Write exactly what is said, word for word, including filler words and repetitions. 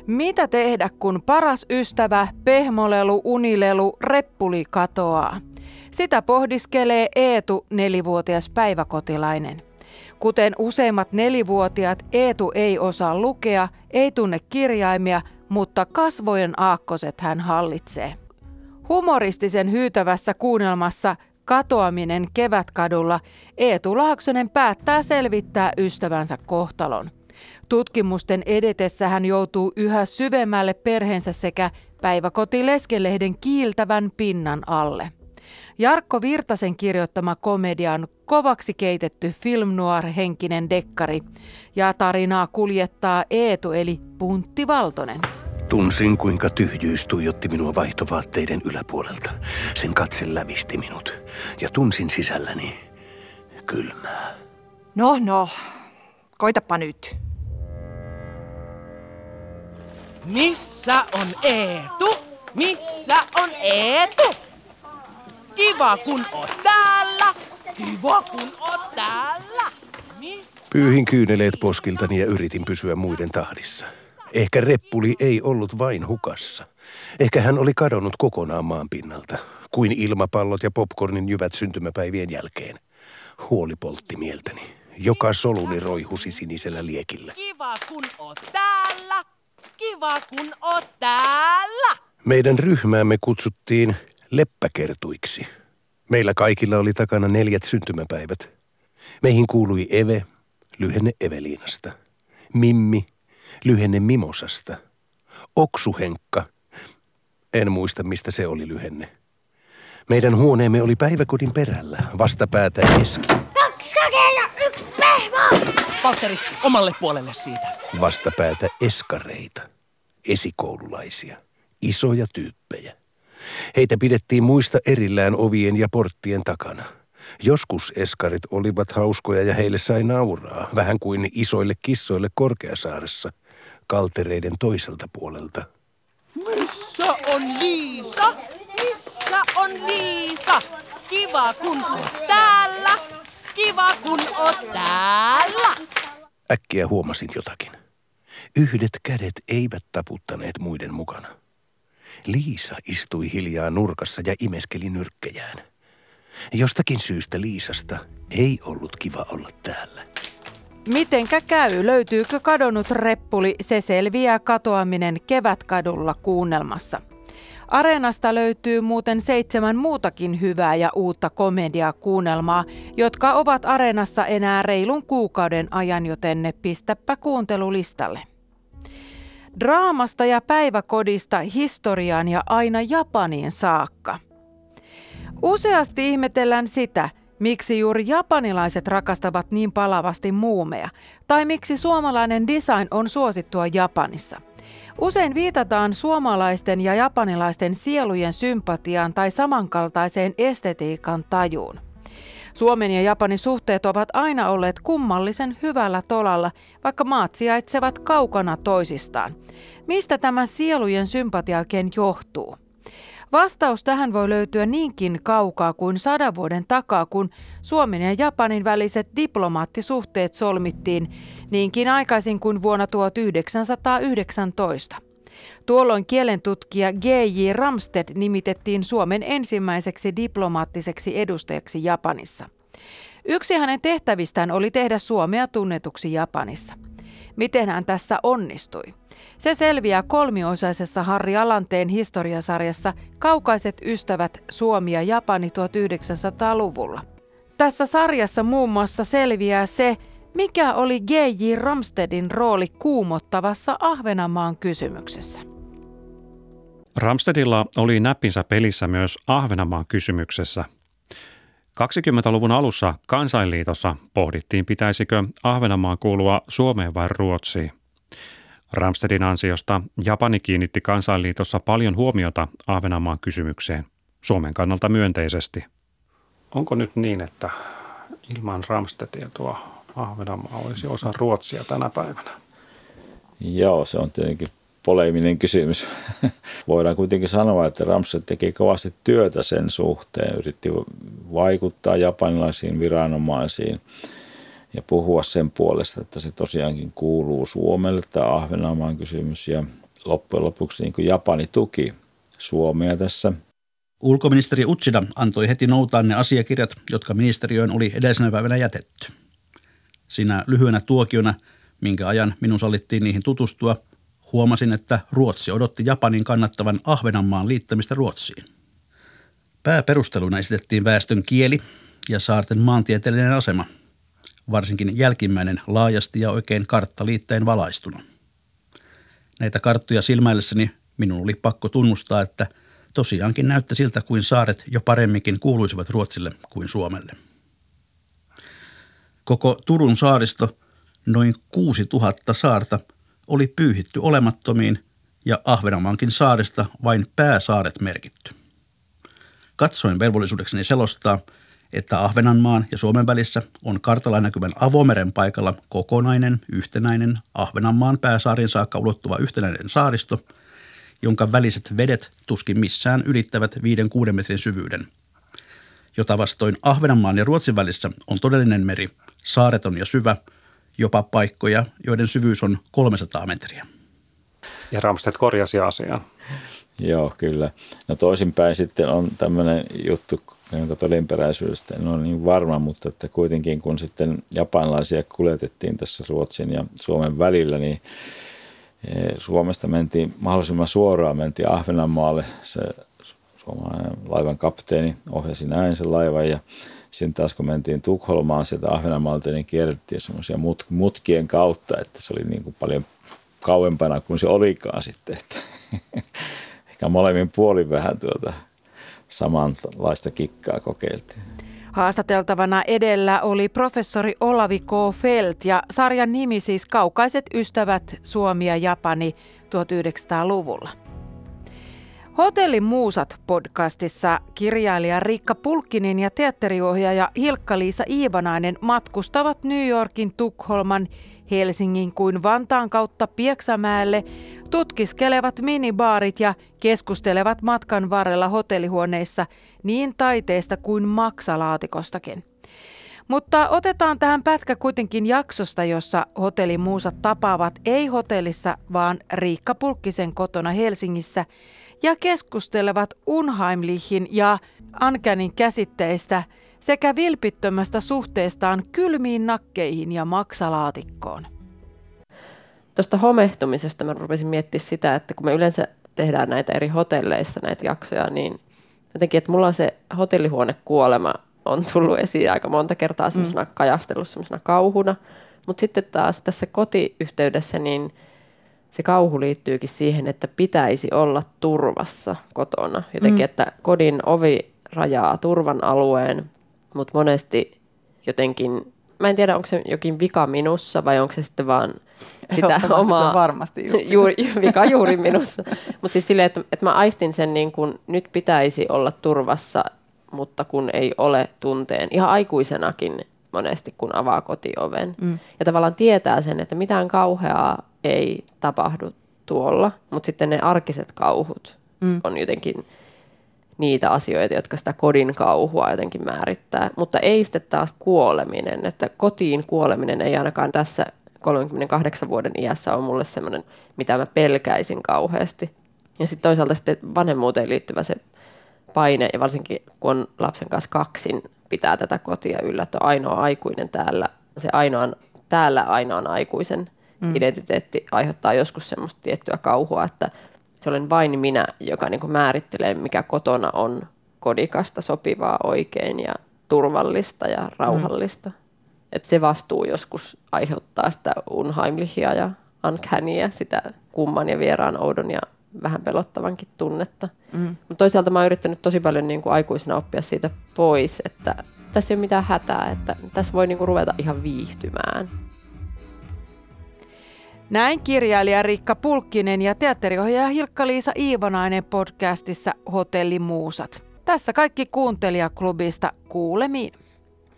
Mitä tehdä, kun paras ystävä, pehmolelu, unilelu, reppuli katoaa? Sitä pohdiskelee Eetu, nelivuotias päiväkotilainen. Kuten useimmat nelivuotiaat, Eetu ei osaa lukea, ei tunne kirjaimia, mutta kasvojen aakkoset hän hallitsee. Humoristisen hyytävässä kuunnelmassa Katoaminen kevätkadulla Eetu Laaksonen päättää selvittää ystävänsä kohtalon. Tutkimusten edetessä hän joutuu yhä syvemmälle perheensä sekä päiväkotileskenlehden kiiltävän pinnan alle. Jarkko Virtasen kirjoittama komedia on kovaksi keitetty film noir-henkinen dekkari ja tarinaa kuljettaa Eetu eli Puntti Valtonen. Tunsin, kuinka tyhjyys tuijotti minua vaihtovaatteiden yläpuolelta. Sen katse lävisti minut ja tunsin sisälläni kylmää. No, no. Koitapa nyt. Missä on Eetu? Missä on Eetu? Kiva kun oot täällä. Kiva kun oot täällä. Missä? Pyyhin kyyneleet poskiltani ja yritin pysyä muiden tahdissa. Ehkä reppuli ei ollut vain hukassa. Ehkä hän oli kadonnut kokonaan maan pinnalta, kuin ilmapallot ja popcornin jyvät syntymäpäivien jälkeen. Huoli poltti mieltäni. Joka soluni roihusi sinisellä liekillä. Kiva kun oot täällä. Kiva kun oot täällä. Meidän ryhmäämme kutsuttiin leppäkertuiksi. Meillä kaikilla oli takana neljät syntymäpäivät. Meihin kuului Eve, lyhenne Eveliinasta. Mimmi, lyhenne Mimosasta. Oksuhenkka. En muista, mistä se oli lyhenne. Meidän huoneemme oli päiväkodin perällä, vastapäätä Eski. Kaksi kakella, yksi pehmo! Valtteri, omalle puolelle siitä. Vastapäätä eskareita, esikoululaisia, isoja tyyppejä. Heitä pidettiin muista erillään ovien ja porttien takana. Joskus eskarit olivat hauskoja ja heille sai nauraa, vähän kuin isoille kissoille Korkeasaaressa, kaltereiden toiselta puolelta. Missä on Liisa? Missä on Liisa? Kiva kun oot täällä. Kiva kun oot täällä. Äkkiä huomasin jotakin. Yhdet kädet eivät taputtaneet muiden mukana. Liisa istui hiljaa nurkassa ja imeskeli nyrkkejään. Jostakin syystä Liisasta ei ollut kiva olla täällä. Mitenkä käy? Löytyykö kadonnut reppuli? Se selviää Katoaminen kevätkadulla kuunnelmassa. Areenasta löytyy muuten seitsemän muutakin hyvää ja uutta komediaa kuunnelmaa, jotka ovat Areenassa enää reilun kuukauden ajan, joten ne pistäpä kuuntelulistalle. Draamasta ja päiväkodista historiaan ja aina Japaniin saakka. Useasti ihmetellään sitä, miksi juuri japanilaiset rakastavat niin palavasti muumeja, tai miksi suomalainen design on suosittua Japanissa. Usein viitataan suomalaisten ja japanilaisten sielujen sympatiaan tai samankaltaiseen estetiikan tajuun. Suomen ja Japanin suhteet ovat aina olleet kummallisen hyvällä tolalla, vaikka maat sijaitsevat kaukana toisistaan. Mistä tämä sielujen sympatia oikein johtuu? Vastaus tähän voi löytyä niinkin kaukaa kuin sadan vuoden takaa, kun Suomen ja Japanin väliset diplomaattisuhteet solmittiin niinkin aikaisin kuin vuonna tuhatyhdeksänsataayhdeksäntoista. Tuolloin kielentutkija G J Ramsted nimitettiin Suomen ensimmäiseksi diplomaattiseksi edustajaksi Japanissa. Yksi hänen tehtävistään oli tehdä Suomea tunnetuksi Japanissa. Miten hän tässä onnistui? Se selviää kolmiosaisessa Harri Alanteen historiasarjassa Kaukaiset ystävät Suomi ja Japani tuhatyhdeksänsataaluvulla. Tässä sarjassa muun muassa selviää se, mikä oli G J Ramstedin rooli kuumottavassa Ahvenanmaan kysymyksessä. Ramstedilla oli näppinsä pelissä myös Ahvenanmaan kysymyksessä. kaksikymmentäluvun alussa Kansainliitossa pohdittiin, pitäisikö Ahvenanmaan kuulua Suomeen vai Ruotsiin. Ramstedin ansiosta Japani kiinnitti Kansainliitossa paljon huomiota Ahvenanmaan kysymykseen, Suomen kannalta myönteisesti. Onko nyt niin, että ilman Ramstedia tuo Ahvenanmaa olisi osa Ruotsia tänä päivänä? Joo, se on tietenkin poleeminen kysymys. Voidaan kuitenkin sanoa, että Ramsted teki kovasti työtä sen suhteen, yritti vaikuttaa japanilaisiin viranomaisiin ja puhua sen puolesta, että se tosiaankin kuuluu Suomelle, tämä Ahvenanmaan kysymys. Ja loppujen lopuksi niin kuin Japani tuki Suomea tässä. Ulkoministeri Uchida antoi heti noutaan ne asiakirjat, jotka ministeriöön oli edellisenä päivänä jätetty. Siinä lyhyenä tuokiona, minkä ajan minun sallittiin niihin tutustua, huomasin, että Ruotsi odotti Japanin kannattavan Ahvenanmaan liittämistä Ruotsiin. Pääperusteluna esitettiin väestön kieli ja saarten maantieteellinen asema, varsinkin jälkimmäinen laajasti ja oikein karttaliitteen valaistuna. Näitä karttoja silmäillessäni minun oli pakko tunnustaa, että tosiaankin näytti siltä, kuin saaret jo paremminkin kuuluisivat Ruotsille kuin Suomelle. Koko Turun saaristo, noin kuusituhatta saarta, oli pyyhitty olemattomiin ja Ahvenanmaankin saarista vain pääsaaret merkitty. Katsoin velvollisuudekseni selostaa, että Ahvenanmaan ja Suomen välissä on kartalla näkyvän avomeren paikalla kokonainen, yhtenäinen, Ahvenanmaan pääsaariin saakka ulottuva yhtenäinen saaristo, jonka väliset vedet tuskin missään ylittävät viiden kuuden metrin syvyyden, jota vastoin Ahvenanmaan ja Ruotsin välissä on todellinen meri, saareton ja syvä, jopa paikkoja, joiden syvyys on kolmesataa metriä. Ja Ramstedt korjasi asiaa. Joo, kyllä. No toisinpäin sitten on tämmöinen juttu, jonka todenperäisyydestä en ole niin varma, mutta että kuitenkin kun sitten japanilaisia kuljetettiin tässä Ruotsin ja Suomen välillä, niin Suomesta mentiin mahdollisimman suoraan, mentiin Ahvenanmaalle, se suomalainen laivan kapteeni ohjasi näin sen laivan ja sitten taas kun mentiin Tukholmaan sieltä Ahvenanmaalta, niin kierrettiin semmoisia mut, mutkien kautta, että se oli niin kuin paljon kauempana kuin se olikaan sitten, että ehkä molemmin puolin vähän tuota samanlaista kikkaa kokeiltiin. Haastateltavana edellä oli professori Olavi K. Felt ja sarjan nimi siis Kaukaiset ystävät Suomi ja Japani tuhatyhdeksänsataaluvulla. Hotellimuusat podcastissa kirjailija Riikka Pulkkinen ja teatteriohjaaja Hilkka-Liisa Iivanainen matkustavat New Yorkin, Tukholman, Helsingin kuin Vantaan kautta Pieksämäelle, tutkiskelevat minibaarit ja keskustelevat matkan varrella hotellihuoneissa niin taiteesta kuin maksalaatikostakin. Mutta otetaan tähän pätkä kuitenkin jaksosta, jossa hotellimuusat tapaavat ei hotellissa, vaan Riikka Pulkkisen kotona Helsingissä ja keskustelevat Unheimlichin ja Uncannin käsitteistä sekä vilpittömästä suhteestaan kylmiin nakkeihin ja maksalaatikkoon. Tuosta homehtumisesta mä rupesin miettimään sitä, että kun me yleensä tehdään näitä eri hotelleissa näitä jaksoja, niin jotenkin, että mulla se hotellihuonekuolema on tullut esiin aika monta kertaa semmoisena mm. kajastelussa, semmoisena kauhuna. Mutta sitten taas tässä kotiyhteydessä, niin se kauhu liittyykin siihen, että pitäisi olla turvassa kotona. Jotenkin, mm. että kodin ovi rajaa turvan alueen, mutta monesti jotenkin, mä en tiedä, onko se jokin vika minussa vai onko se sitten vaan sitä omaa, se varmasti just juuri, vika juuri minussa. Mutta siis silleen, että, että mä aistin sen niin kuin nyt pitäisi olla turvassa, mutta kun ei ole tunteen, ihan aikuisenakin monesti kun avaa kotioven. Mm. Ja tavallaan tietää sen, että mitään kauheaa ei tapahdu tuolla, mutta sitten ne arkiset kauhut mm. on jotenkin niitä asioita, jotka sitä kodin kauhua jotenkin määrittää. Mutta ei sitten taas kuoleminen, että kotiin kuoleminen ei ainakaan tässä kolmenkymmenenkahdeksan vuoden iässä ole mulle semmoinen, mitä mä pelkäisin kauheasti. Ja sitten toisaalta sitten vanhemmuuteen liittyvä se paine, ja varsinkin kun on lapsen kanssa kaksin, pitää tätä kotia yllä, että on ainoa aikuinen täällä, se ainoan, täällä ainoan aikuisen mm. identiteetti aiheuttaa joskus semmoista tiettyä kauhua, että se olen vain minä, joka niin kuin määrittelee, mikä kotona on kodikasta, sopivaa, oikein ja turvallista ja rauhallista. Mm. Että se vastuu joskus aiheuttaa sitä unheimlichia ja uncannyä, sitä kumman ja vieraan oudon ja vähän pelottavankin tunnetta. Mm. Mutta toisaalta mä oon yrittänyt tosi paljon niin kuin aikuisena oppia siitä pois, että tässä ei ole mitään hätää, että tässä voi niin kuin ruveta ihan viihtymään. Näin kirjailija Riikka Pulkkinen ja teatteriohjaaja Hilkka-Liisa Iivanainen podcastissa Hotellimuusat. Tässä kaikki kuuntelijaklubista, kuulemiin.